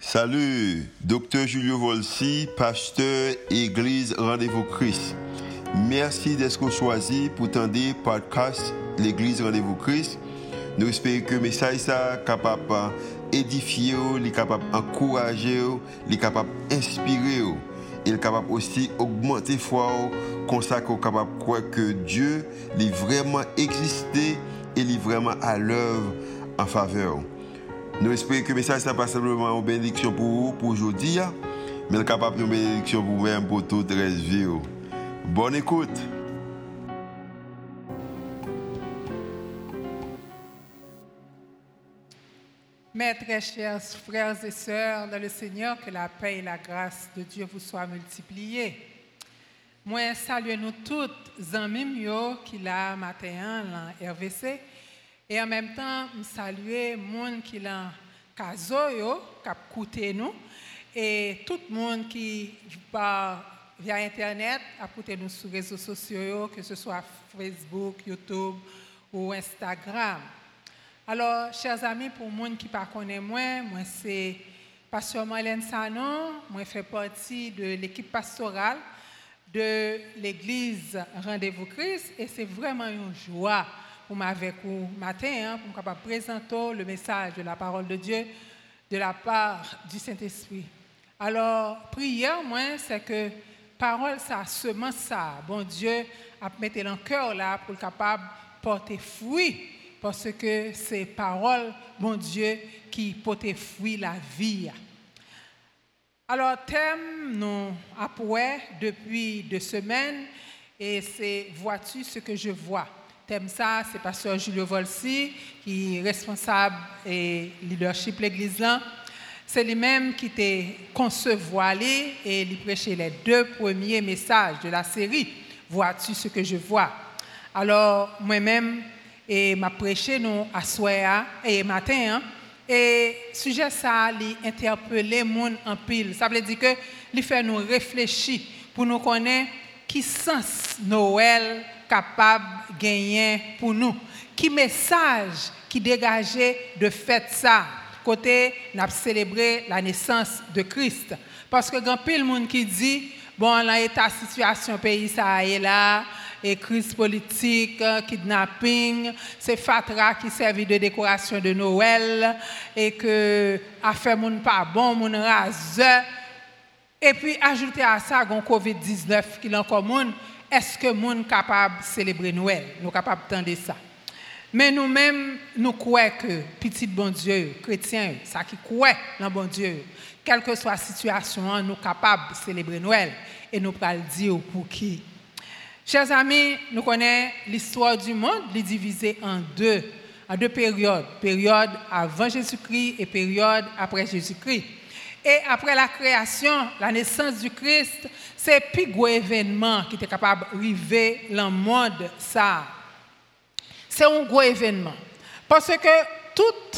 Salut, Dr Julio Volsi, pasteur Église Rendez-vous Christ. Merci d'être choisi pour tendre podcast l'Église Rendez-vous Christ. Nous espérons que le message est capable d'édifier, capable d'encourager, capable d'inspirer. Il est capable aussi d'augmenter la foi, comme ça qu'on est capable de croire que Dieu est vraiment existé et est vraiment à l'œuvre en faveur. Nous espérons que le message n'est pas simplement une bénédiction pour vous, pour aujourd'hui, mais capable de une bénédiction pour vous-même, pour toute la vie. Bonne écoute. Mes très chers frères et sœurs dans le Seigneur, que la paix et la grâce de Dieu vous soient multipliées. Moi, salue nous toutes, amis qui là matin dans RVC, et en même temps, je salue les gens qui là caso yo, qui écoutent nous, et tout le monde qui par via internet a écouté nous sur les réseaux sociaux, que ce soit Facebook, YouTube ou Instagram. Alors, chers amis, pour les gens qui ne connaissent pas, moi c'est Pasteur Marlène Sanon, moi je fais partie de l'équipe pastorale de l'Église Rendez-vous Christ et c'est vraiment une joie pour moi avec vous matin pour me présenter le message de la parole de Dieu de la part du Saint-Esprit. Alors, prière, moi, c'est que parole, ça, semence, ça, bon Dieu a mis dans le cœur là pour être capable de porter fruit. Parce que c'est parole, bon Dieu, qui porte fruit la vie. Alors, thème, nous approuvé depuis 2 semaines, et c'est « Vois-tu ce que je vois ?» Thème ça, c'est Pasteur Julio Volsi, qui est responsable et leadership l'église là. C'est lui-même qui t'a concevoir et il prêchait les 2 premiers messages de la série « Vois-tu ce que je vois ?» Alors, moi-même, et m'a prêché nous à soir et matin et sujet ça li interpeller monde en pile ça veut dire que li fait nous réfléchir pour nous connaître qui sens Noël capable gagner pour nous qui message qui dégager de fête ça côté n'a célébrer la naissance de Christ parce que grand pile monde qui dit bon là état situation pays ça est là et crise politique, kidnapping, c'est Fatra qui servait de décoration de Noël et que affaire moun pas bon, moun rase. Et puis ajouter à ça gon Covid-19 qui est encore moun, est-ce que moun capable célébrer Noël? Nous capable tendre ça. Mais nous-mêmes nous croyons que petit bon Dieu, chrétien, ça qui croit dans bon Dieu, quelle que soit la situation, nous capable célébrer Noël et nous pral dire pour qui. Chers amis, nous connaissons l'histoire du monde, elle est divisée en deux périodes. Période avant Jésus-Christ et période après Jésus-Christ. Et après la création, la naissance du Christ, c'est le plus gros événement qui était capable d'arriver dans le monde. Ça. C'est un gros événement. Parce que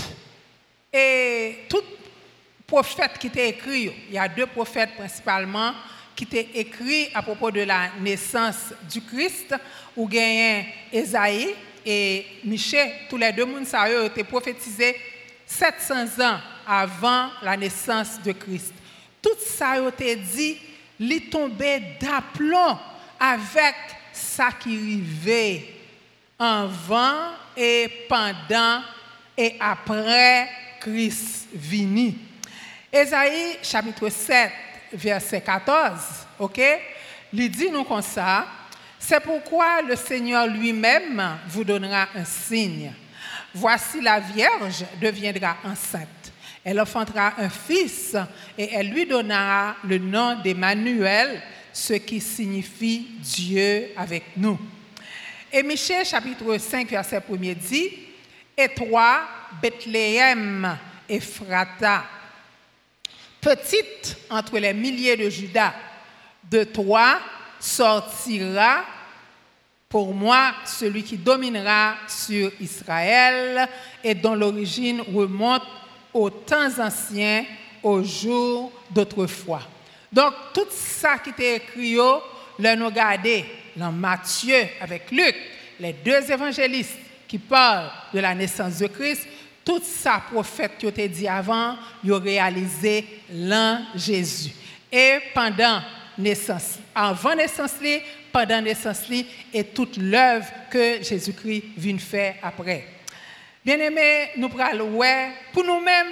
tout prophète qui était écrit, il y a 2 prophètes principalement, qui était écrit à propos de la naissance du Christ, où gagnent Ésaïe et Michée, tous les 2 mondes ça ont été prophétisés 700 ans avant la naissance de Christ. Tout ça a été dit, li tombé d'aplomb avec ça qui arrivait avant et pendant et après Christ vini. Ésaïe chapitre 7 verset 14, ok? Il dit nous comme ça, c'est pourquoi le Seigneur lui-même vous donnera un signe. Voici la Vierge deviendra enceinte. Elle enfantera un fils et elle lui donnera le nom d'Emmanuel, ce qui signifie Dieu avec nous. Et Michée chapitre 5 verset 1 dit, et toi, Bethléem, Ephrata, petite entre les milliers de Juda, de toi sortira pour moi celui qui dominera sur Israël et dont l'origine remonte aux temps anciens, aux jours d'autrefois. Donc, tout ça qui était écrit, là, nous regardons dans Matthieu avec Luc, les 2 évangélistes qui parlent de la naissance de Christ, Tout ça, prophète qui a dit avant, il a réalisé l'an Jésus. Et pendant naissance, avant naissance, pendant naissance, et toute l'œuvre que Jésus-Christ vient faire après. Bien-aimés, nous prenons pour nous-mêmes,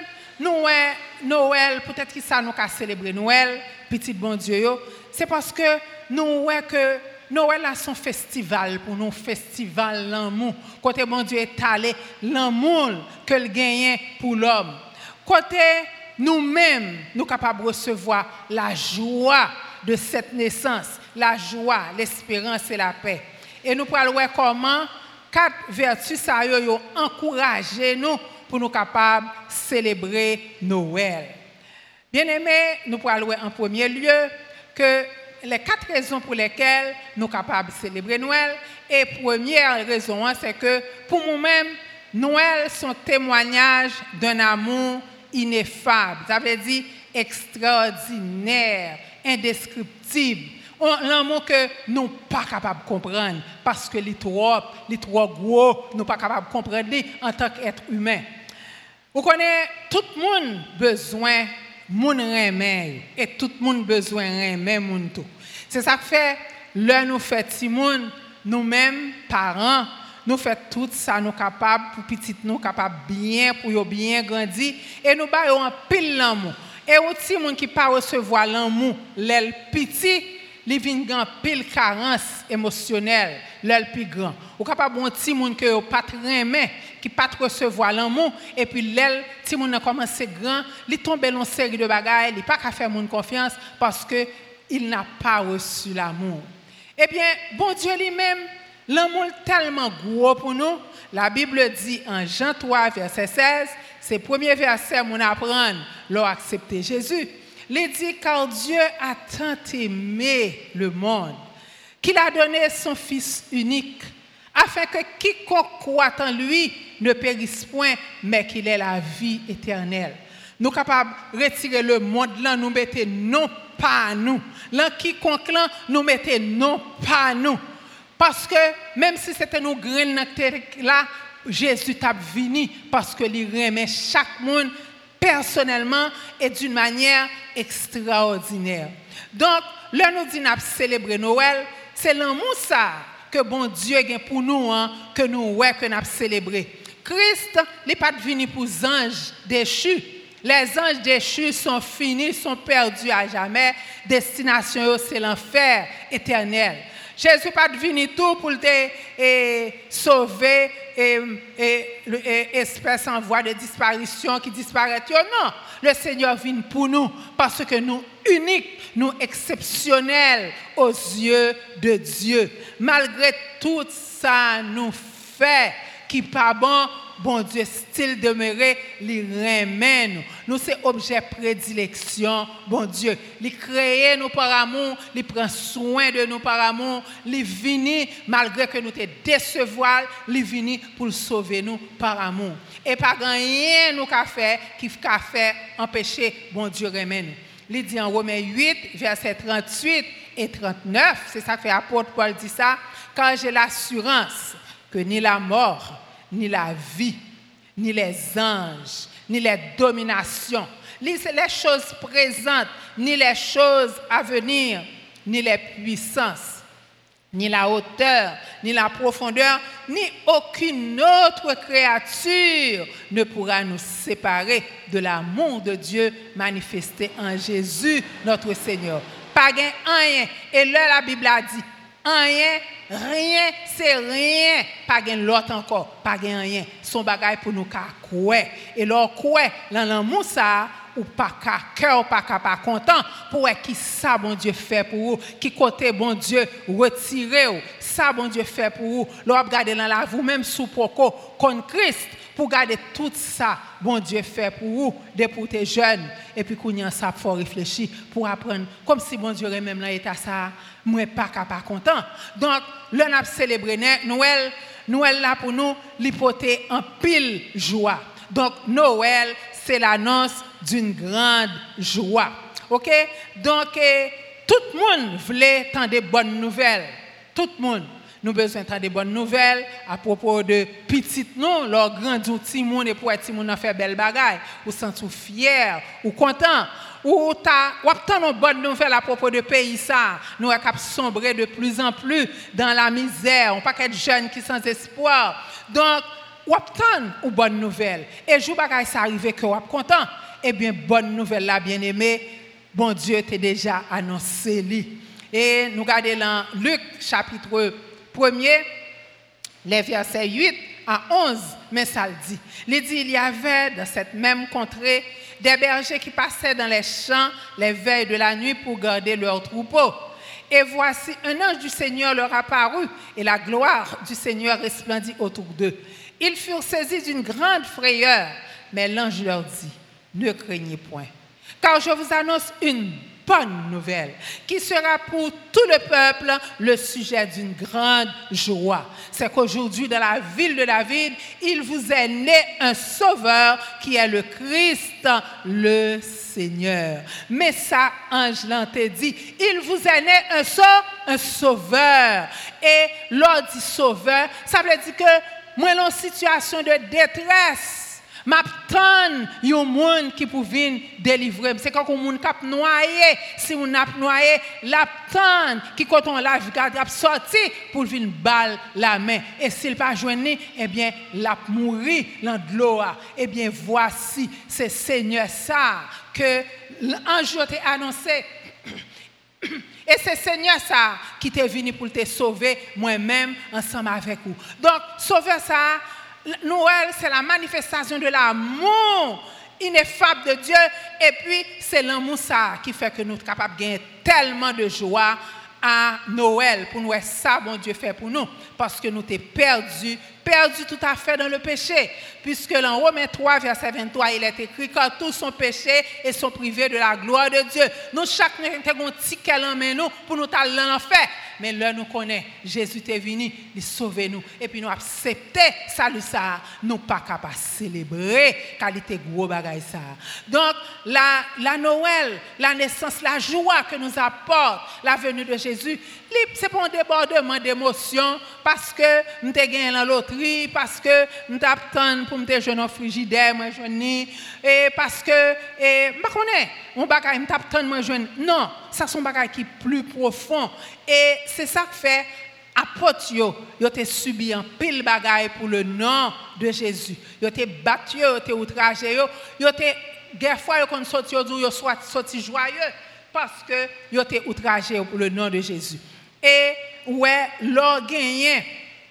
Noël, peut-être que ça nous a célébré Noël, petit bon Dieu, c'est parce que nous voyons que Noël a son festival pour nous, festival l'amour. Côté bon Dieu est allé, l'amour que le gagne pour l'homme. Côté nous-mêmes, nous sommes capables de recevoir la joie de cette naissance, la joie, l'espérance et la paix. Et nous pourrons voir comment 4 vertus ça ont encouragé nous pour nous capables de célébrer Noël. Bien-aimés, nous pourrons voir en premier lieu que les 4 raisons pour lesquelles nous sommes capables de célébrer Noël. Et première raison, c'est que pour nous-mêmes, Noël, c'est un témoignage d'un amour ineffable. Ça veut dire extraordinaire, indescriptible. L'amour que nous ne sommes pas capables de comprendre parce que les trop gros, nous ne sommes pas capables de comprendre en tant qu'être humain. Vous connaissez, tout le monde a besoin moun remè et tout le monde besoin remè moun tout. C'est ça que fait là nous fait ti moun nous-mêmes parents nous fait tout ça nous capable pour petit nous capable bien pour yo bien grandir et nous ba yo en pile l'amour. Et ou ti moun qui pas recevoir l'amour l'el petit li vinn gan pile carence émotionnelle l'el plus grand. Ou capable un ti moun que yo pas remè qui pas recevoir l'amour et puis l'el ti moun a commencé grand li tombe dans série de bagages li pas ka faire moun confiance parce que il n'a pas reçu l'amour. Eh bien bon Dieu lui-même l'amour tellement gros pour nous, la Bible dit en Jean 3 verset 16, c'est le premier verset mon apprendre leur accepter Jésus. Il dit car Dieu a tant aimé le monde qu'il a donné son fils unique afin que quiconque croit en lui ne périsse point, mais qu'il ait la vie éternelle. Nous sommes capables de retirer le monde là, nous mettons non pas nous. Là, quiconque là, nous mettons non pas nous. Parce que même si c'était nos graines là, Jésus t'a venu parce que il remet chaque monde personnellement et d'une manière extraordinaire. Donc, là nous dit n'a célébrer Noël, c'est l'amour ça que bon Dieu a pour nous que nous que n'a célébrer. Christ n'est pas venu pour les anges déchus. Les anges déchus sont finis, sont perdus à jamais. Destination c'est l'enfer éternel. Jésus n'est pas venu tout pour te sauver espèce en voie de disparition qui disparaît. Non, le Seigneur vient pour nous parce que nous uniques, nous exceptionnels aux yeux de Dieu. Malgré tout ça nous fait qui pas bon Dieu style demeuré, li remet nous. Nous c'est objet prédilection, bon Dieu. Li crée nous par amour, li prend soin de nous par amour, li vini malgré que nous te décevoir, li vini pour sauver nous par amour. Et pas rien nous qu'a fait qui qu'a fait empêcher bon Dieu remet nous. Il dit en Romains 8 verset 38 et 39, c'est ça que fait apôtre Paul dit ça, quand j'ai l'assurance que ni la mort ni la vie, ni les anges, ni les dominations, ni les choses présentes, ni les choses à venir, ni les puissances, ni la hauteur, ni la profondeur, ni aucune autre créature ne pourra nous séparer de l'amour de Dieu manifesté en Jésus, notre Seigneur. Pas rien. Et là, la Bible a dit, rien, c'est rien. Pas gain l'autre encore, pas gain rien. Son bagage pour nous croire. Et leur croire dans l'amour ça ou pas cœur pas content pour qui ça bon Dieu fait pour vous, qui côté bon Dieu retirer ça bon Dieu fait pour vous. Leur regarder dans la vous même sous poko con Christ pour garder tout ça bon Dieu fait pour vous depuis pour tes jeunes et puis qu'on y a ça faut réfléchir pour apprendre comme si bon Dieu même là état ça moi pas content. Donc le n'a célébrer Noël là pour nous l'hypothèse en pile joie. Donc Noël c'est l'annonce d'une grande joie. OK? Donc tout le monde voulait tant de bonnes nouvelles. Tout le monde. Nous avons besoin de bonnes nouvelles à propos de petites nous, leurs grands outils, et pour être moun faire belle bagaille, ou sentir fier, ou content, ou obtenir une bonne nouvelle à propos de pays ça, nous avons sombrer de plus en plus dans la misère, on pas qu'être jeunes qui sans espoir. Donc, obtenir une bonne nouvelle. Et jour bagaille ça arrive que vous êtes content, eh bien bonne nouvelle là bien-aimé, bon Dieu t'a déjà annoncé lui. Et nous regardons dans Luc chapitre 1er, les versets 8 à 11, mais ça le dit. Il dit, il y avait dans cette même contrée des bergers qui passaient dans les champs les veilles de la nuit pour garder leurs troupeaux. Et voici, un ange du Seigneur leur apparut, et la gloire du Seigneur resplendit autour d'eux. Ils furent saisis d'une grande frayeur, mais l'ange leur dit, ne craignez point, car je vous annonce une bonne nouvelle, qui sera pour tout le peuple le sujet d'une grande joie. C'est qu'aujourd'hui, dans la ville de David, il vous est né un sauveur qui est le Christ, le Seigneur. Mais ça, ange l'a dit, il vous est né un sauveur. Et l'on dit sauveur, ça veut dire que moi, en situation de détresse, m'attend yon monde qui pour venir délivrer. C'est quand on monde cap noyé, si on n'a noyé, l'attend qui quand on l'a garde sorti pour venir balle la main. Et s'il pas joindre, eh bien l'a mourir dans de l'eau. Eh bien voici c'est Seigneur ça que l'ange t'a annoncé. Et c'est Seigneur ça qui t'est venu pour te sauver moi-même ensemble avec vous. Donc sauver ça Noël, c'est la manifestation de l'amour ineffable de Dieu. Et puis, c'est l'amour ça qui fait que nous sommes capables de gagner tellement de joie à Noël. Pour nous, ça, bon Dieu fait pour nous. Parce que nous sommes perdus tout à fait dans le péché. Puisque dans Romains 3, verset 23, il est écrit que tous sont péchés et sont privés de la gloire de Dieu. Nous, chacun avons un ticket en main nous pour nous aller dans l'enfer. Mais là, nous connaissons, Jésus est venu, il sauve nous. Et puis nous acceptons salut ça. Nous pas capables de célébrer qualité gros bagaille ça. Donc, la Noël, la naissance, la joie que nous apporte la venue de Jésus, c'est pas un débordement d'émotions parce que nous avons gagné la loterie, parce que nous avons pour nous jouer un frigidaire, moi et parce que je connais on bagaille moi non, ça sont bagaille qui plus profond et c'est ça que fait apôtre yo te subi en pile bagaille pour le nom de Jésus. Yo te battu, yo te outragé, yo te des fois yo kon sorti yo soit sorti joyeux parce que yo te outragé pour le nom de Jésus. Et ouais, l'on gagne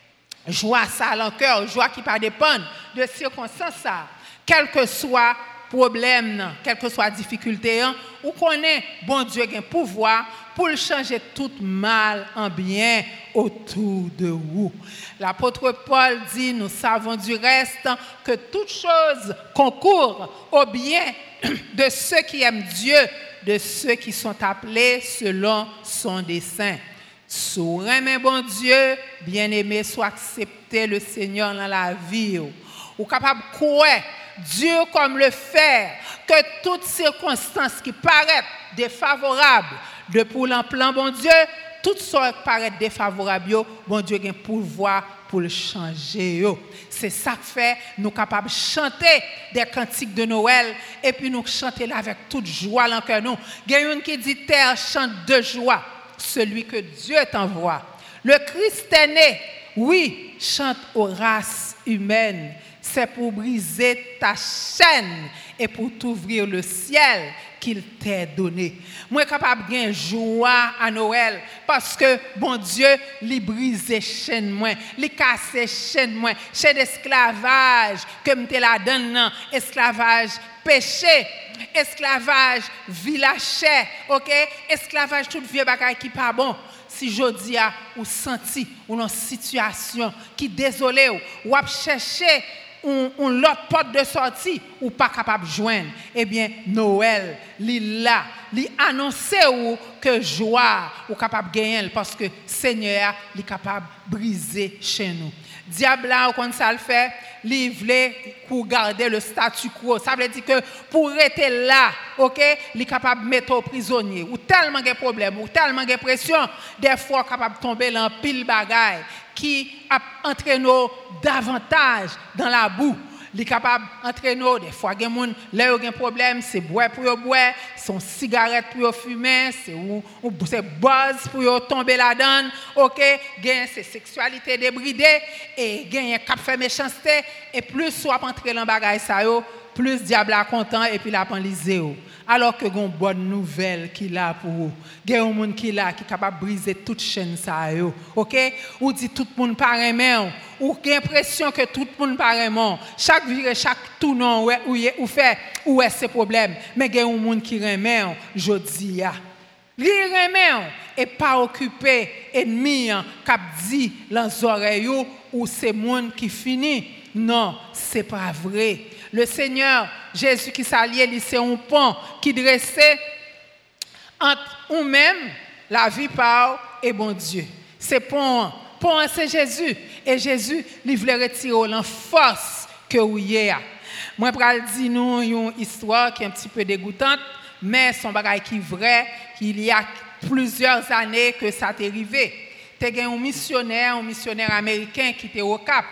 joie ça dans le cœur, joie qui pas dépend de circonstances ça, quel que soit problème, quelle que soit difficulté, ou connaît bon Dieu a un pouvoir pour changer tout mal en bien autour de vous. L'apôtre Paul dit, nous savons du reste que toute chose concourt au bien de ceux qui aiment Dieu, de ceux qui sont appelés selon son dessein. Sourire, bon Dieu, bien-aimé, soit accepter le Seigneur dans la vie. Ou capable de croire Dieu comme le fer, que toutes circonstances qui paraissent défavorables de pour l'emploi, bon Dieu, toutes sortes qui paraissent défavorables, bon Dieu a un pouvoir pour le changer. C'est ça que fait nous capables de chanter des cantiques de Noël et puis nous chanter là avec toute joie dans le cœur. Il y a une qui dit terre chante de joie, celui que Dieu t'envoie. Le Christ est né, oui, chante aux races humaines. C'est pour briser ta chaîne et pour t'ouvrir le ciel qu'il t'a donné. Moi, je suis capable de gagner joie à Noël parce que, bon Dieu, il brise les chaînes, il casse les chaînes, chaîne d'esclavage, comme tu la donnes, esclavage péché, esclavage vilaché, ok? Esclavage tout vieux bagaille qui pas bon. Si jodi a ou senti ou dans situation qui désolé ou a cherché l'autre porte de sortie ou pas capable de joindre, eh bien Noël li annoncer ou que joie ou capable gagner parce que Seigneur est capable de briser chez nous. Diable là comme ça le fait, livrer pour garder le statu quo. Ça veut dire que pour rester là, OK, il est capable de mettre au prisonnier. Ou tellement de problèmes, ou tellement de pression, des fois capable de tomber dans pile bagaille qui entraîne davantage dans la boue. Il est capable d'entraîner des fois des gens là il y a un problème, c'est boire pour boire, son cigarette pour fumer, c'est buzz pour tomber là-dedans, OK, gain c'est sexualité débridée et gain cap fait méchanceté et plus soit entrer dans bagaille ça yo, plus diable a content et puis la penlisé. Alors que une bonne nouvelle qu'il a pour vous. Il y a un monde qui là qui est capable de briser toute chaîne ça yo. OK? Ou dit tout le monde pareillement ou qui l'impression que tout le monde pareillement. Chaque viré, chaque tournant ou fait ou est ce problème. Mais il y a un monde qui remet jodi a. Li remet et pas occupé ennemi cap dit dans oreilles ou c'est monde qui finit. Non, c'est pas vrai. Le Seigneur Jésus qui s'alliait, c'est un pont qui dressait entre nous-mêmes, la vie par et bon Dieu. C'est pont c'est Jésus. Et Jésus, il voulait retirer la force que vous avez. Moi, je vais dire nous une histoire qui est un petit peu dégoûtante, mais son bagage qui est vrai, qu'il y a plusieurs années que ça t'est arrivé. Il y a un missionnaire américain qui était au Cap.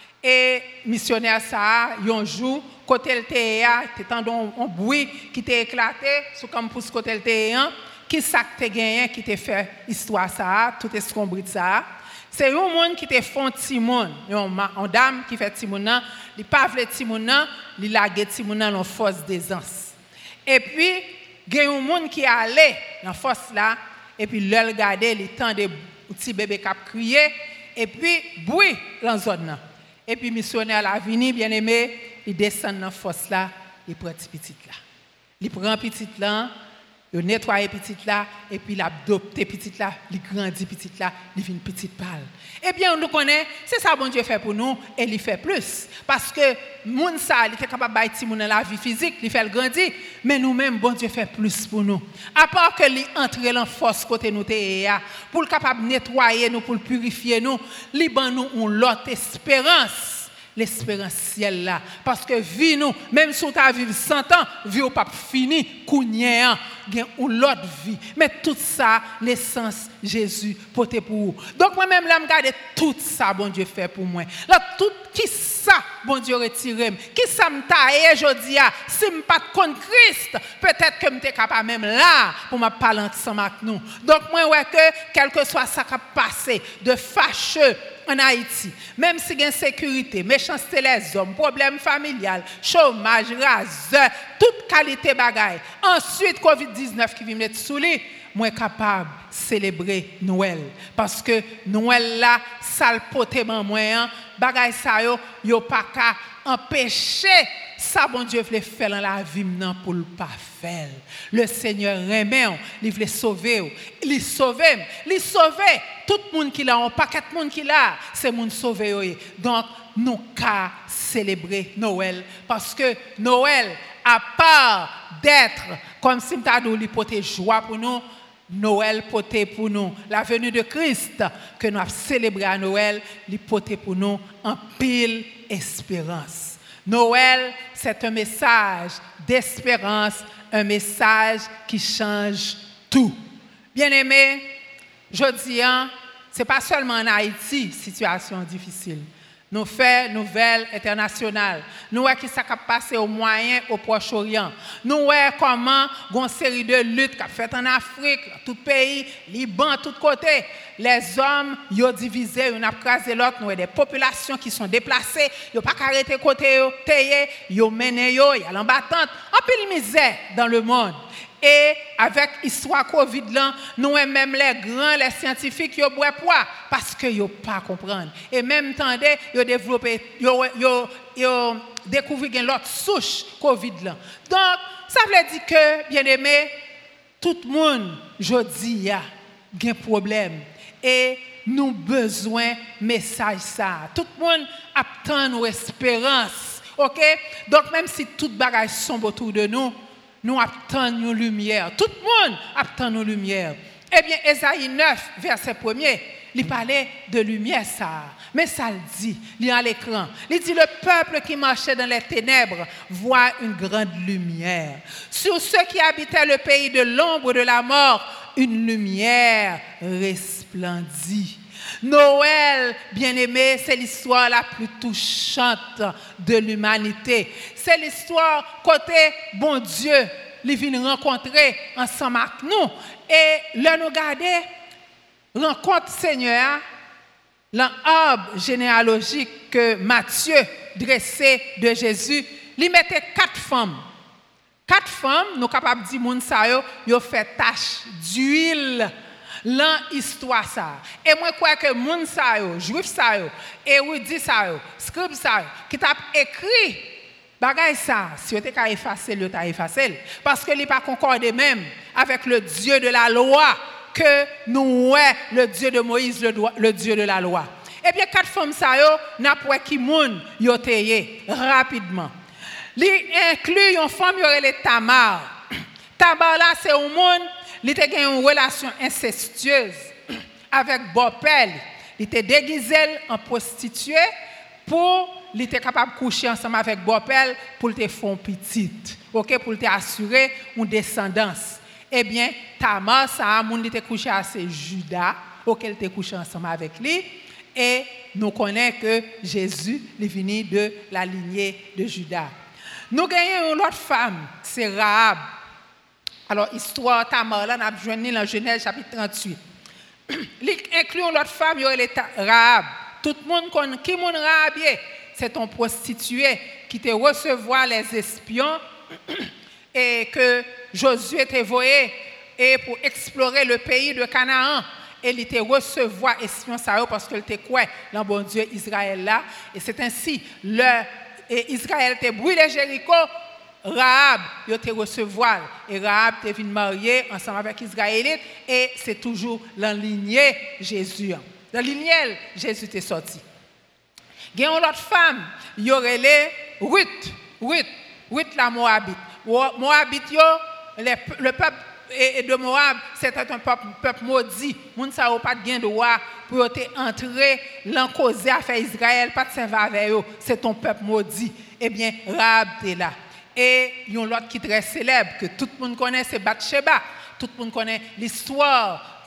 Et missionnaire ça, un jour, côté le TEA, t'entends un bruit qui t'est éclaté sur campus côté le TEA, qui ça t'est gagné, qui t'a fait histoire ça, tout est escombri de ça. C'est un monde qui t'a fait Timon, une dame qui fait Timon, il pas veut Timon, il lague Timon dans force d'aisance. Et puis il y a un monde qui allé dans force là, et puis le regarder, il temps des petits bébés qui crier, et puis bruit dans zone là. Et puis, missionnaire la vini, bien aimé, il descend dans la fosse là, il prend petit là. Il prend petit là, il nettoie petit là, et puis il adopte petit là, il grandit petit là, il vient petit pâle. Eh bien, on nous connaît, c'est ça bon Dieu fait pour nous, et il fait plus. Parce que, moun ça, il est capable de bâtir dans la vie physique, il fait le grandir, mais nous-mêmes, bon Dieu fait plus pour nous. À part que il entre dans la fosse côté nous, pour le capable de nettoyer nous, pour le purifier nous, il ban nous une autre espérance. L'espérance ciel là parce que vie nous même si on t'a vivre 100 ans vie au pas fini kounya gen ou l'autre vie mais tout ça l'essence Jésus porté pour vous. Donc moi même là me garder tout ça bon Dieu fait pour moi là tout qui ça bon Dieu retiré qui ça me tailler jodi a si me pas contre Christ peut-être que me t'es capable même là pour m'a parler ensemble avec nous. Donc moi ouais que quel que soit ça qui a passé de fâcheux en Haïti, même si il y a insécurité, méchanceté les hommes, problème familial, chômage, raseur, toute qualité bagaille. Ensuite, COVID-19 qui vient mettre sous lui, moi capable de célébrer Noël. Parce que Noël là, ça le poté moyen, bagaille ça yo pas qu'à empêcher ça bon Dieu voulait faire dans la vie maintenant pour le pas faire. Le Seigneur remet, il voulait sauver, il sauve tout le monde qui l'a, un paquet de monde qui l'a, c'est monde sauvé. Donc nous qu'à célébrer Noël parce que Noël à part d'être comme si m'tadou li pote joie pour nous, Noël pote pour nous la venue de Christ que nous avons célébré à Noël, li pote pour nous en pile espérance. Noël, c'est un message d'espérance, un message qui change tout. Bien-aimés, je dis, ce n'est pas seulement en Haïti, situation difficile. Nous faisons nouvelles internationales. Nous voyons qui s'est passé au Moyen, au Proche-Orient. Nous voyons comment une série de luttes qui a fait en Afrique, tout pays, Liban, tous côtés. Les hommes, ils ont divisé, ils ont crasé l'autre. Nous voyons des populations qui sont déplacées. Ils n'ont pas arrêté côté, ils ont mené, ils ont l'embattante. Un peu de misère dans le monde. Et avec l'histoire Covid, nous même les grands, les scientifiques, ils ont poids parce qu'ils n'ont pas comprendre. Et même temps, ils ont développé, ils ont découvert l'autre souche Covid. Donc, ça veut dire que, bien aimé, tout le monde, je dis, a un problème. Et nous avons besoin de message ça. Tout le monde attend nos espérances. OK? Donc, même si toutes les bagages sont autour de nous, nous attendons nos lumières. Tout le monde attend nos lumières. Eh bien, Ésaïe 9, verset 1er, il parlait de lumière ça. Mais ça le dit, il y a à l'écran. Il dit, le peuple qui marchait dans les ténèbres voit une grande lumière. Sur ceux qui habitaient le pays de l'ombre de la mort, une lumière resplendit. Noël, bien-aimé, c'est l'histoire la plus touchante de l'humanité. C'est l'histoire côté bon Dieu, il vient rencontrer ensemble avec nous. Et là, nous regardons, rencontre Seigneur, l'arbre généalogique que Matthieu dressait de Jésus, il mettait 4 femmes. 4 femmes, nous sommes capables de dire que ils ont fait tache d'huile dans l'histoire. Et moi, je crois que les juifs, érudits, scribes, qui ont écrit, si vous avez effacé, vous avez effacé. Parce que ce n'est pas concordé même avec le Dieu de la loi que nous sommes, le Dieu de Moïse, le Dieu de la loi. Eh bien, 4 femmes, n'a pas qui moun yo teye rapidement. Li inclut une femme qui est Tamar. Tamar là, c'est un monde qui a une relation incestueuse avec Bopel. Il était déguisé en prostituée pour il était capable de coucher ensemble avec Bopel pour te faire petite, OK, pour te assurer une descendance. Eh bien, Tamar, ça a moun était couché avec Judas, auquel était couché ensemble avec lui, et nous connaissons que Jésus est venu de la lignée de Judas. Nous gagnons une autre femme, c'est Rahab. Alors, histoire Tamar, là, nous avons joint dans Genèse chapitre 38. Il inclut une autre femme, il est Rahab. Tout le monde connaît qui est Rahab, c'est ton prostituée qui te recevoir les espions et que Josué t'a envoyé et pour explorer le pays de Canaan. Et il te recevoir espions parce qu'il te croit dans bon Dieu Israël là. Et c'est ainsi et Israël te brûlé Jéricho, Rahab, il te recevoir. Et Rahab te venu marier ensemble avec Israélites. Et c'est toujours dans lignée Jésus. Dans lignée, Jésus t'est sorti. Il y a une autre femme, il y aurait les Ruth la Moabite. Moabite, le peuple de Moab, c'était un peuple maudit. Moun sa ou pas de gain droit pour entrer l'encauser à faire Israël, pas de servir avec eux. C'est ton peuple maudit. Eh bien, Rahab est là. Et il y a l'autre qui est très célèbre, que tout le monde connaît, c'est Bathsheba. Tout le monde connaît l'histoire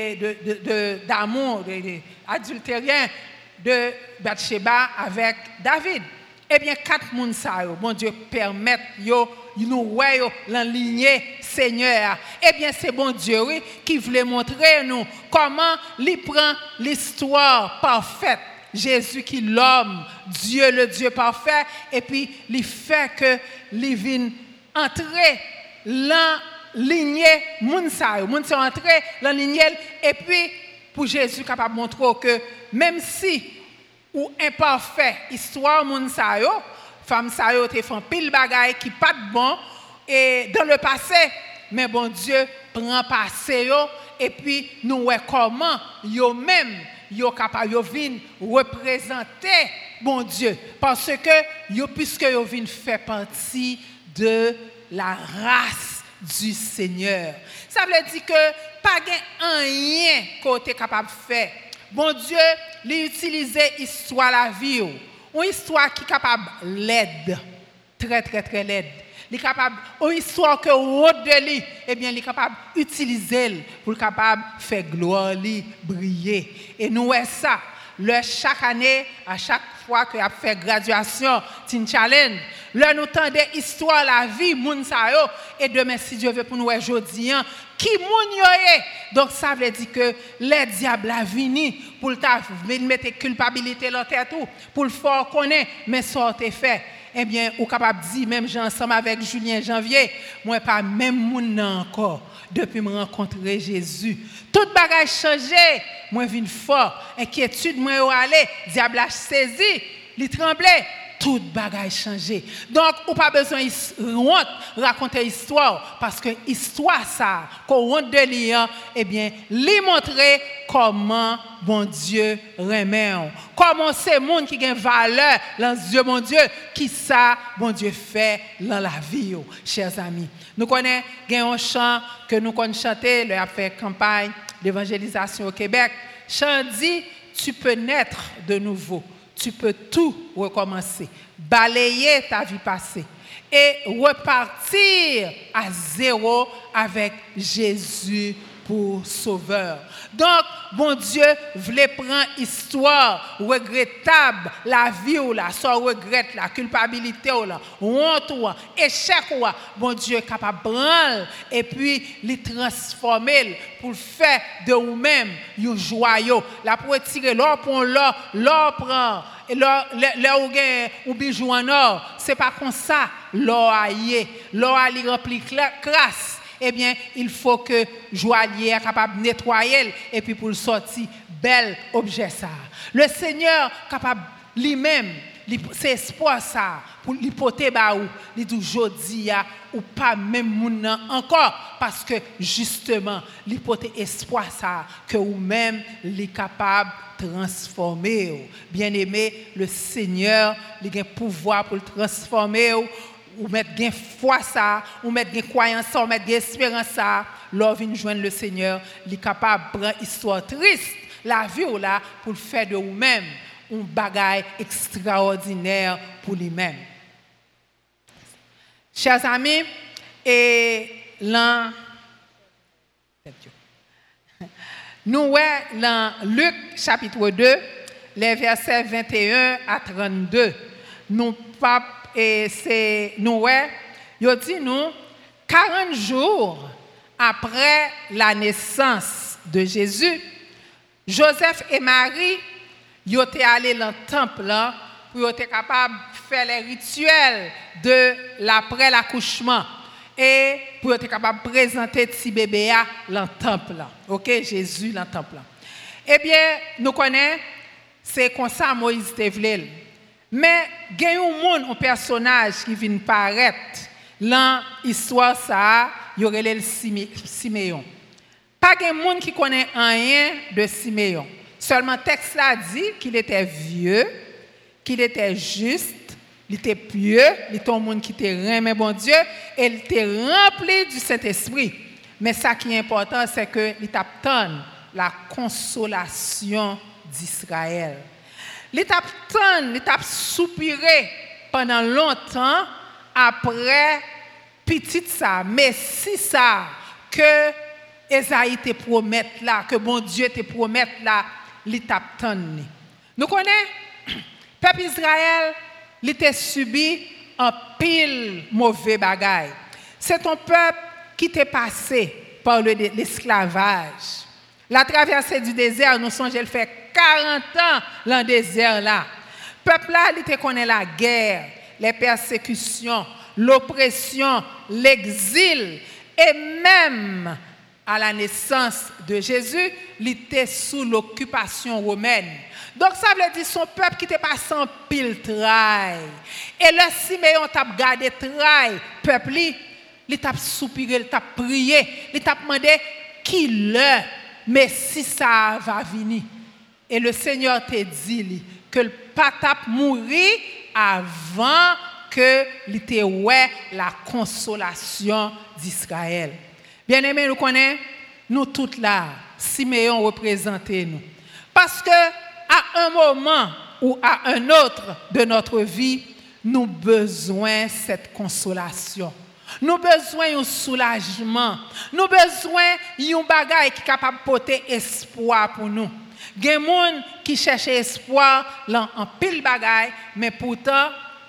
d'amour adultérien de Bathsheba avec David. Eh bien, 4 moun sa yo, bon Dieu permette yo nous voyons l'enligné Seigneur. Eh bien, c'est bon Dieu oui, qui voulait montrer nous comment il prend l'histoire parfaite. Jésus qui l'homme, Dieu le Dieu parfait, et puis il fait que il vienne entrer dans lignée Mounsa entrer dans lignée, et puis pour Jésus capable de montrer que même si ou imparfait histoire Mounsa femme sa yo te font pile bagaille qui pas de bon et dans le passé, mais bon Dieu prend passé yo et puis nous voyons comment yo même yo capable yo vinn représenter bon Dieu parce que yo puisque yo vinn fait partie de la race du Seigneur. Ça veut dire que pas rien côté capable faire. Bon Dieu, lui utiliser histoire la vie, une histoire qui est capable l'aide, très très très l'aide. Il est capable, une histoire que haute de lui, eh bien, il est capable d'utiliser pour capable faire gloire, briller. Et nous voyons ça. Chaque année, à chaque fois que y a fait graduation, Teen Challenge, là nous tendons histoire la vie, moun sa yo, et demain si Dieu veut pour nous aujourd'hui, qui moun yo est. Donc ça veut dire que les diables a vini pour mettre culpabilité dans tête pour le faire connaître, mais ça t'est fait. Eh bien, ou capable dire même ensemble avec Julien Janvier, moi pas même moun encore. Depuis que je rencontré Jésus, tout bagage changé, moi vinn fort, inquiétude moi aller, diable a saisi, il tremblait, tout bagage changé. Donc ou pas besoin honte raconter histoire parce que histoire ça qu'on honte de lire, eh bien, lui montrer comment bon Dieu remet, comment c'est monde qui gagne valeur dans Dieu mon Dieu, qui ça bon Dieu fait dans la vie, chers amis. Nous connaissons un chant que nous connaissons chanter, le a fait campagne d'évangélisation au Québec. Chant dit tu peux naître de nouveau. Tu peux tout recommencer, balayer ta vie passée et repartir à zéro avec Jésus pour sauveur. Donc, bon Dieu voulait prendre histoire regrettable, la vie ou la soit regrette, la culpabilité ou la honte ou échec ou bon Dieu est capable de prendre et puis les transformer pour faire de vous-même un joyau. La pour tirer l'or pour l'or prend et l'or ou bijou en or, c'est pas comme ça l'or aillé, l'or a li rempli crasse. Eh bien, il faut que joaillier soit capable de nettoyer et puis pour le sortir bel objet ça. Le Seigneur capable lui-même, c'est espoir ça pour l'hypothèse ou il dit jodi ou pas même moun encore parce que justement l'hypothèse espoir ça que ou même li capable transformer. Bien-aimé, le Seigneur, il a un pouvoir pour le transformer. Ou mettre gain foi ça, ou mettre gain croyance ça, ou mettre gain espérance ça, l'on vient joindre le Seigneur, il est capable de prendre histoire triste, la vie ou là pour faire de vous-même un bagage extraordinaire pour lui-même. Chers amis, et là nous dans Luc chapitre 2, les versets 21 à 32. Nous pas et c'est nous il dit nous 40 jours après la naissance de Jésus, Joseph et Marie ils étaient allés dans le temple là pour être capables de faire les rituels de l'après l'accouchement et pour être capable de présenter petit bébé dans le temple là. OK, Jésus dans le temple là. Eh bien, nous connaissons c'est comme ça Moïse te voulait. Mais il y a un personnage qui vient paraître dans l'histoire ça, il y aurait le Siméon. Pas de monde qui connaît rien de Siméon. Seulement le texte là dit qu'il était vieux, qu'il était juste, il était pieux, il était un monde qui était aimé bon Dieu et il était rempli du Saint-Esprit. Mais ça qui est important c'est que il obtient la consolation d'Israël. L'étape soupiré pendant longtemps après petit ça, mais si ça que Esaïe te promet là, que bon Dieu te promet là, l'étape tenne. Nous connaissons, peuple Israël, il était subi un pile mauvais bagaille. C'est un peuple qui t'est passé par l'esclavage. La traversée du désert, nous songeons, elle fait 40 ans dans le désert là. Le peuple là, il connaît la guerre, les persécutions, l'oppression, l'exil et même à la naissance de Jésus, il était sous l'occupation romaine. Donc ça veut dire son peuple qui était passé en pile trail. Et le Siméon t'a gardé trail, peuple il t'a soupiré, il t'a prié, il t'a demandé qui le mais si ça va venir. Et le Seigneur te dit que le patap mourir avant que l'ité ouais la consolation d'Israël. Bien-aimés, nous connaissons, nous toutes là, Siméon représente nous. Parce que à un moment ou à un autre de notre vie, nous avons besoin de cette consolation. Nous avons besoin d'un soulagement. Nous avons besoin d'un bagage qui est capable de porter espoir pour nous. Il y a des gens qui cherchent espoir en pile bagaille, mais pourtant,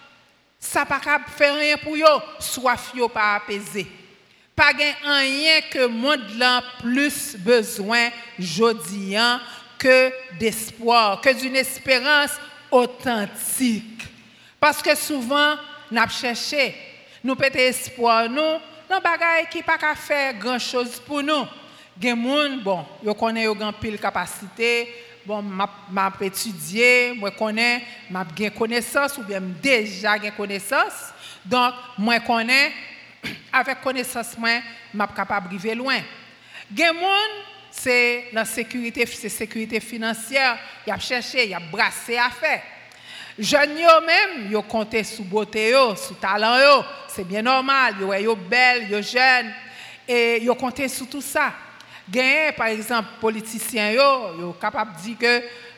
ça ne peut pas faire rien pour eux, soif yo pas apaisé. Pas rien que le monde a plus besoin aujourd'hui que d'espoir, que d'une espérance authentique. Parce que souvent, nous avons cherché, nous pétons espoir, nous, dans des bagages qui ne peuvent pas faire grand-chose pour nous. Il y a des gens, bon, ils connaissent une pile capacité, bon, m'a étudié, moi connais, m'a gain connaissance ou bien déjà gain connaissance. Donc moi connais avec connaissance moi m'a capable arriver loin. Gen moun c'est la sécurité, c'est sécurité financière, y a cherché, y a brassé à faire. Jeunes yo même, yo compté sous beauté yo, sous talent yo, c'est bien normal, yo belle, yo jeune et yo compté sur tout ça. Gen par exemple politiciens yo capable dire que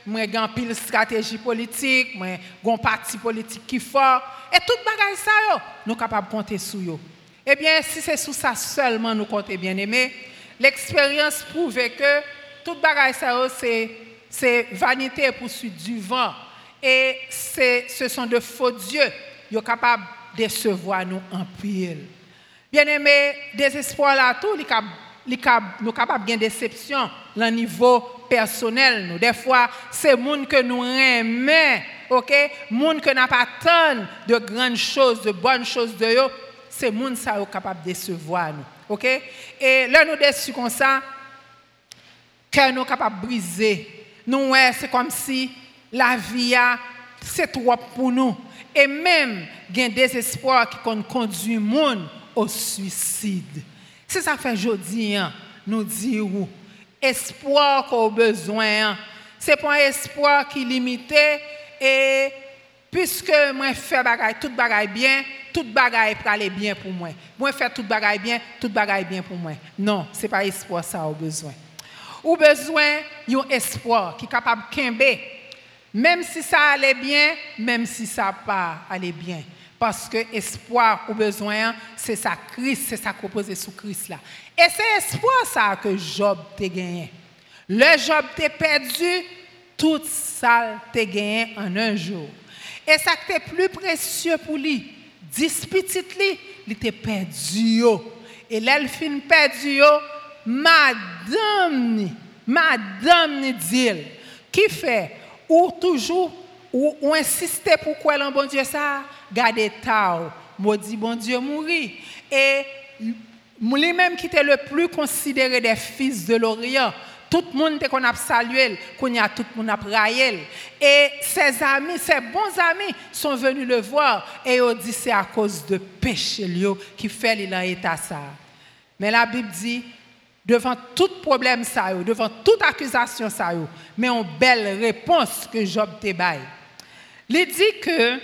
moi j'ai pile stratégie politique, moi gon parti politique qui fort et tout bagage ça yo, nous capable compter sur yo. Eh bien, si c'est sous ça seulement nous compter bien-aimé, l'expérience prouve que tout bagage ça yo c'est vanité et poursuite du vent et ce sont de faux dieux, yo capable décevoir nous en pile. Bien-aimé, désespoir là tout, nous capables de déception au niveau personnel. Nous. Des fois, c'est monde que nous aimons, ok? Monde que n'a pas tant de grandes choses, de bonnes choses de eux, c'est monde ça est capable de décevoir nous, ok? Et là nous déçus comme ça, cœur nous capable de briser. Nous c'est comme si la vie c'est trop pour nous. Et même il y a un désespoir qui conduit monde au suicide. Si ça fait aujourd'hui, nous disons, espoir qu'on a besoin, c'est pas un espoir qui est limité et puisque moi fais bagaille, tout bagaille bien, tout bagaille pour aller bien pour moi. Moi faire tout bagaille bien pour moi. Non, c'est pas espoir ça au besoin. Ou besoin d'un espoir qui est capable de kembe, même si ça allait bien, même si ça pas allait bien. Parce que espoir ou besoin, c'est ça Christ, c'est ça qu'on pose sous Christ là. Et c'est espoir ça que Job t'a gagné. Le Job t'a perdu, tout ça t'a gagné en un jour. Et ça qui est plus précieux pour lui, 10 petites li, il t'a perdu. Et l'elfine perdu, madame ni dit, qui fait ou toujours ou insister pour quoi le bon Dieu ça garder tao maudit bon Dieu mourir et lui-même qui était le plus considéré des fils de l'Orient tout le monde qu'on a salué qu'on y a tout le monde a raillé et ses amis ses bons amis sont venus le voir et ils dit c'est à cause de péché qui fait il en état ça mais la Bible dit devant tout problème ça devant toute accusation ça mais une belle réponse que Job te baille. Il dit que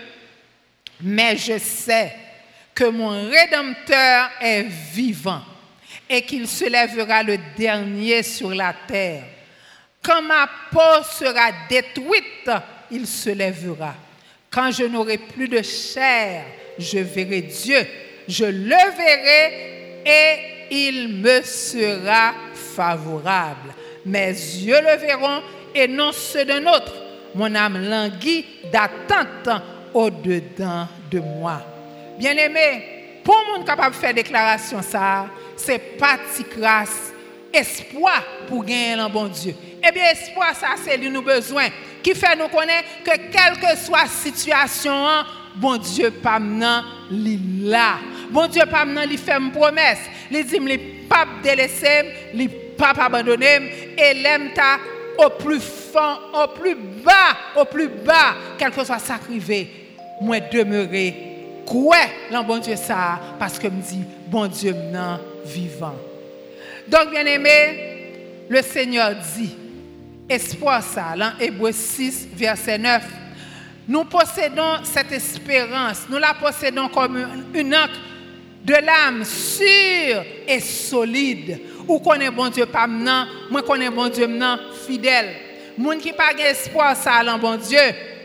mais je sais que mon Rédempteur est vivant et qu'il se lèvera le dernier sur la terre. Quand ma peau sera détruite, il se lèvera. Quand je n'aurai plus de chair, je verrai Dieu. Je le verrai et il me sera favorable. Mes yeux le verront et non ceux d'un autre. Mon âme languit d'attente au-dedans de moi. Bien-aimé, pour monde capable de faire déclaration ça, c'est parti grâce, espoir pour gagner le bon Dieu. Eh bien, espoir ça c'est lui nous besoin qui fait nous connaître que quelle que soit la situation, bon Dieu pas maintenant li là. Bon Dieu pas maintenant li fait une promesse, il dit li pas délaisser, li pas abandonner et l'aime ta au plus fond, au plus bas, quel que soit ça arrivé, moi demeurer quoi dans bon Dieu ça parce que me dit bon Dieu maintenant vivant. Donc bien aimé, le Seigneur dit espoir ça dans Hébreux 6 verset 9. Nous possédons cette espérance, nous la possédons comme une encre de l'âme sûre et solide. Ou connaît bon Dieu pas maintenant, moi connais bon Dieu maintenant fidèle. Moun qui pas espoir ça dans bon Dieu.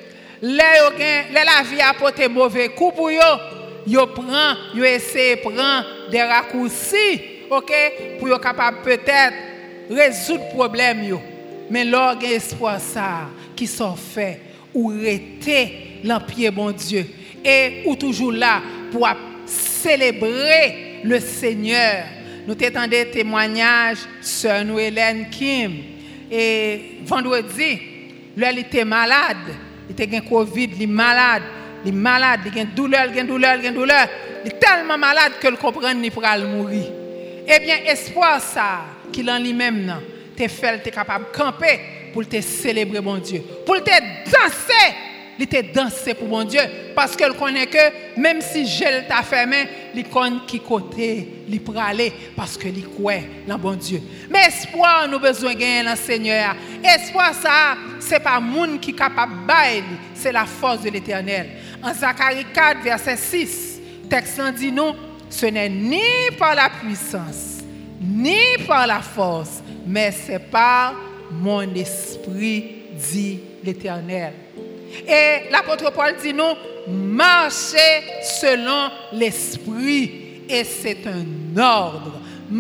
La vie a porté mauvais coup pour yo prend, yo essaie prendre des raccourcis, OK, pour yo capable peut-être résoudre problème yo. Mais l'orgue espoir ça qui sont fait ou rester l'empire bon Dieu et ou toujours là pour célébrer le Seigneur. Nous t'étendons témoignages sœur nous Hélène Kim et vendredi elle était malade, il était Covid, il est malade, il a douleur, il est tellement malade que le comprendre ni pour mourir. Eh bien espoir ça qu'il en lui-même te fait te capable camper pour te célébrer mon Dieu, pour te danser. Il était dansé pour mon Dieu parce qu'elle connaît que même si je t'a fermé, il connaît qui côté, il peut aller parce que il croit dans bon Dieu. Mais espoir nous besoin gagner dans le Seigneur. Espoir ça, c'est pas monde qui capable bailler, c'est la force de l'Éternel. En Zacharie 4 verset 6, texte dit nous, ce n'est ni par la puissance, ni par la force, mais c'est par mon esprit dit l'Éternel. Et l'apôtre Paul dit nous, marchez selon l'esprit. Et c'est un ordre.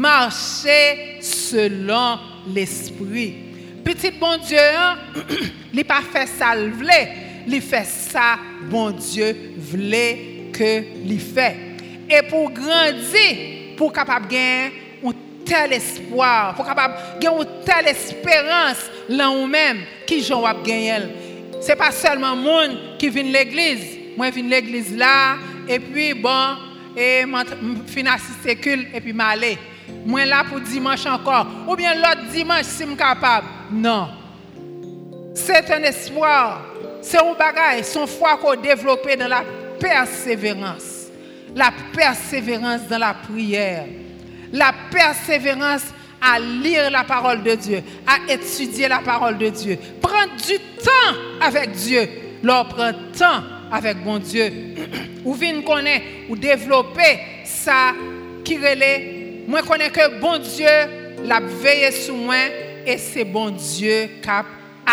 Marchez selon l'esprit. Petit bon Dieu, il n'a pas fait ça le voulait. Il fait ça, bon Dieu voulait que il fait. Et pour grandir, pour capable gagner un tel espoir, pour capable gagner une telle espérance là où même qui j'en va gagner. C'est pas seulement monde qui vient de l'église. Moi je viens de l'église là et puis bon et fin assister culte et puis m'aller. Moi là pour dimanche encore ou bien l'autre dimanche si je suis capable. Non. C'est un espoir. C'est un bagage, son foi qu'on développe dans la persévérance. La persévérance dans la prière. La persévérance à lire la parole de Dieu, à étudier la parole de Dieu. Prendre du temps avec Dieu. Leur prendre temps avec bon Dieu. Ou vient connaître, ou développer ça qui relève. Moi connais que bon Dieu l'a veillé sur moi et c'est bon Dieu qui a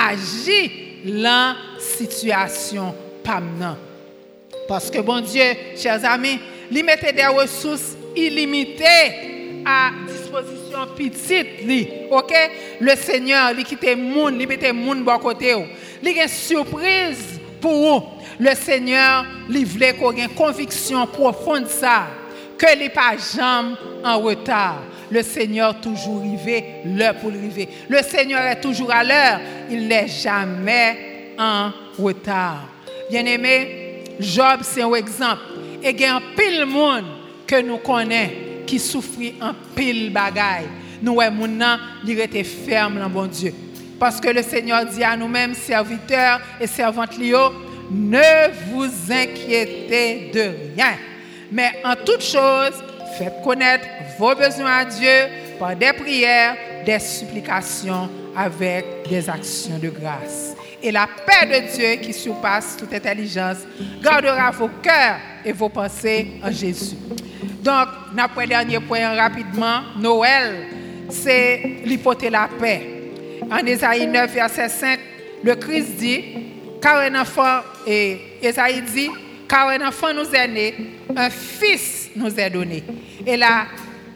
agi dans situation pas maintenant. Parce que bon Dieu, chers amis, il mettait des ressources illimitées à disposition petite. OK? Le Seigneur, il quitte monde, il mettait monde bon côté. Il y a une surprise pour vous. Le Seigneur, il voulait qu'on ait une conviction profonde ça, que il n'est pas jamais en retard. Le Seigneur toujours arrivé, l'heure pour arriver. Le Seigneur est toujours à l'heure, il n'est jamais en retard. Bien-aimé, Job c'est un exemple. Et il y a un pile monde que nous connaissons qui souffre en pile bagaille. Nous maintenant, il était ferme dans bon Dieu. Parce que le Seigneur dit à nous-mêmes serviteurs et servantes Léo, ne vous inquiétez de rien. Mais en toute chose, faites connaître vos besoins à Dieu par des prières, des supplications avec des actions de grâce. Et la paix de Dieu qui surpasse toute intelligence gardera vos cœurs et vos pensées en Jésus. Donc, notre dernier point rapidement, Noël, c'est l'hypothèse de la paix. En Ésaïe 9, verset 5, le Christ dit, car un enfant, et Ésaïe dit, car un enfant nous est né, un fils nous est donné. Et la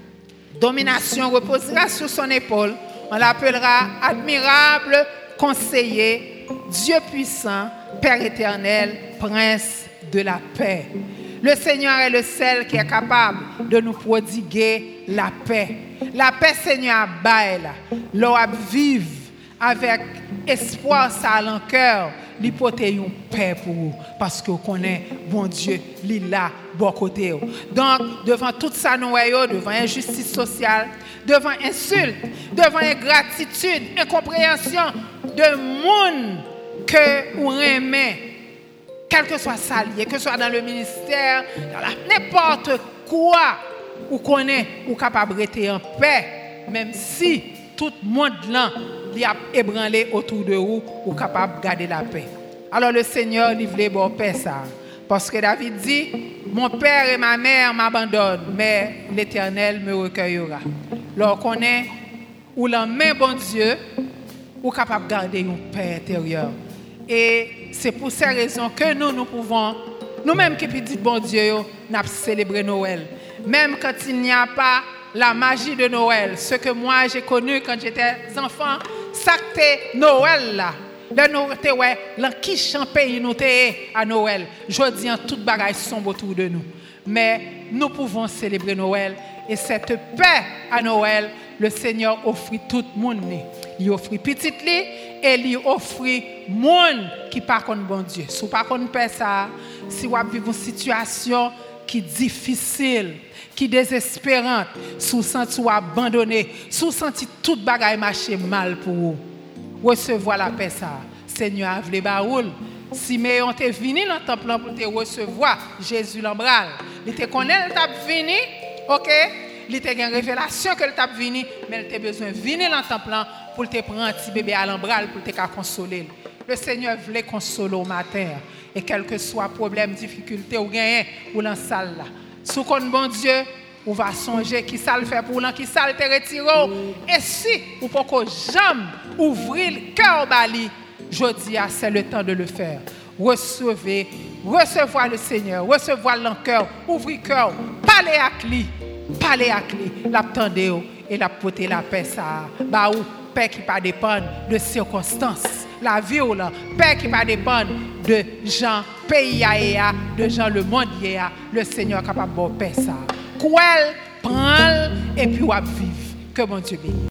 domination reposera sur son épaule. On l'appellera admirable, conseiller, Dieu puissant, Père éternel, Prince de la paix. Le Seigneur est le seul qui est capable de nous prodiguer la paix. La paix, Seigneur, baille là. L'on vive avec espoir, ça dans le cœur. L'hypothèse une paix pour vous. Parce que vous connaissez, bon Dieu, il est là, bon côté. Donc, devant tout ça, nous voyons, devant injustice sociale, devant insulte, devant ingratitude, incompréhension de monde que vous aimez, quel que soit ça lié, que ce soit dans le ministère, dans n'importe quoi, vous connaissez, vous êtes capable de rester en paix, même si tout le monde là, il a ébranlé autour de vous, vous êtes capable de garder la paix. Alors le Seigneur, il voulait bon paix ça. Parce que David dit, mon père et ma mère m'abandonnent, mais l'Éternel me recueillera. Alors qu'on est, ou la main bon Dieu, ou capable de garder une paix intérieure. Et c'est pour ces raisons que nous pouvons, nous-mêmes qui disons bon Dieu, nous célébrer Noël. Même quand il n'y a pas la magie de Noël, ce que moi j'ai connu quand j'étais enfant, ça c'était Noël là. Le Noël, ouais, qui chante pays nous à Noël. Je dis en toute bagaille sombre autour de nous. Mais nous pouvons célébrer Noël. Et cette paix à Noël, le Seigneur offre tout le monde. Il offre petit lit et il offre monde qui pas contre bon Dieu. Si vous pas contre paix ça, si vous vivez une situation qui est difficile, qui est désespérante, si vous sentez abandonné, si vous sentez toute bagaille marcher mal pour vous, recevoir la paix ça. Seigneur a voulu baroul. Si mais on t'est venu dans le temple pour te recevoir, Jésus l'embral. Il te connaît, il t'a venu, OK? Il t'a une révélation que il t'a venu, mais il t'a besoin de venir dans le temple pour te prendre un petit bébé à l'embral pour te consoler. Le Seigneur voulait consoler au matin. Et quel que soit problème, difficulté ou gain ou dans la salle là. Sous compte bon Dieu, on va songer qui ça le fait pour l'an, qui ça le te retire. Et si ou pourquoi jamais ouvrir le cœur bali Jeudi, c'est le temps de le faire. Recevoir le Seigneur, recevoir l'encoeur, ouvrir cœur, parler avec lui, l'attendre et la porter la paix ça. Bah ou paix qui pas dépendre de circonstances. La vie ou la paix qui pas dépendre de gens pays de gens le monde le Seigneur capable de paix ça. Quoi prendre et puis on vivre. Que bon Dieu bénisse.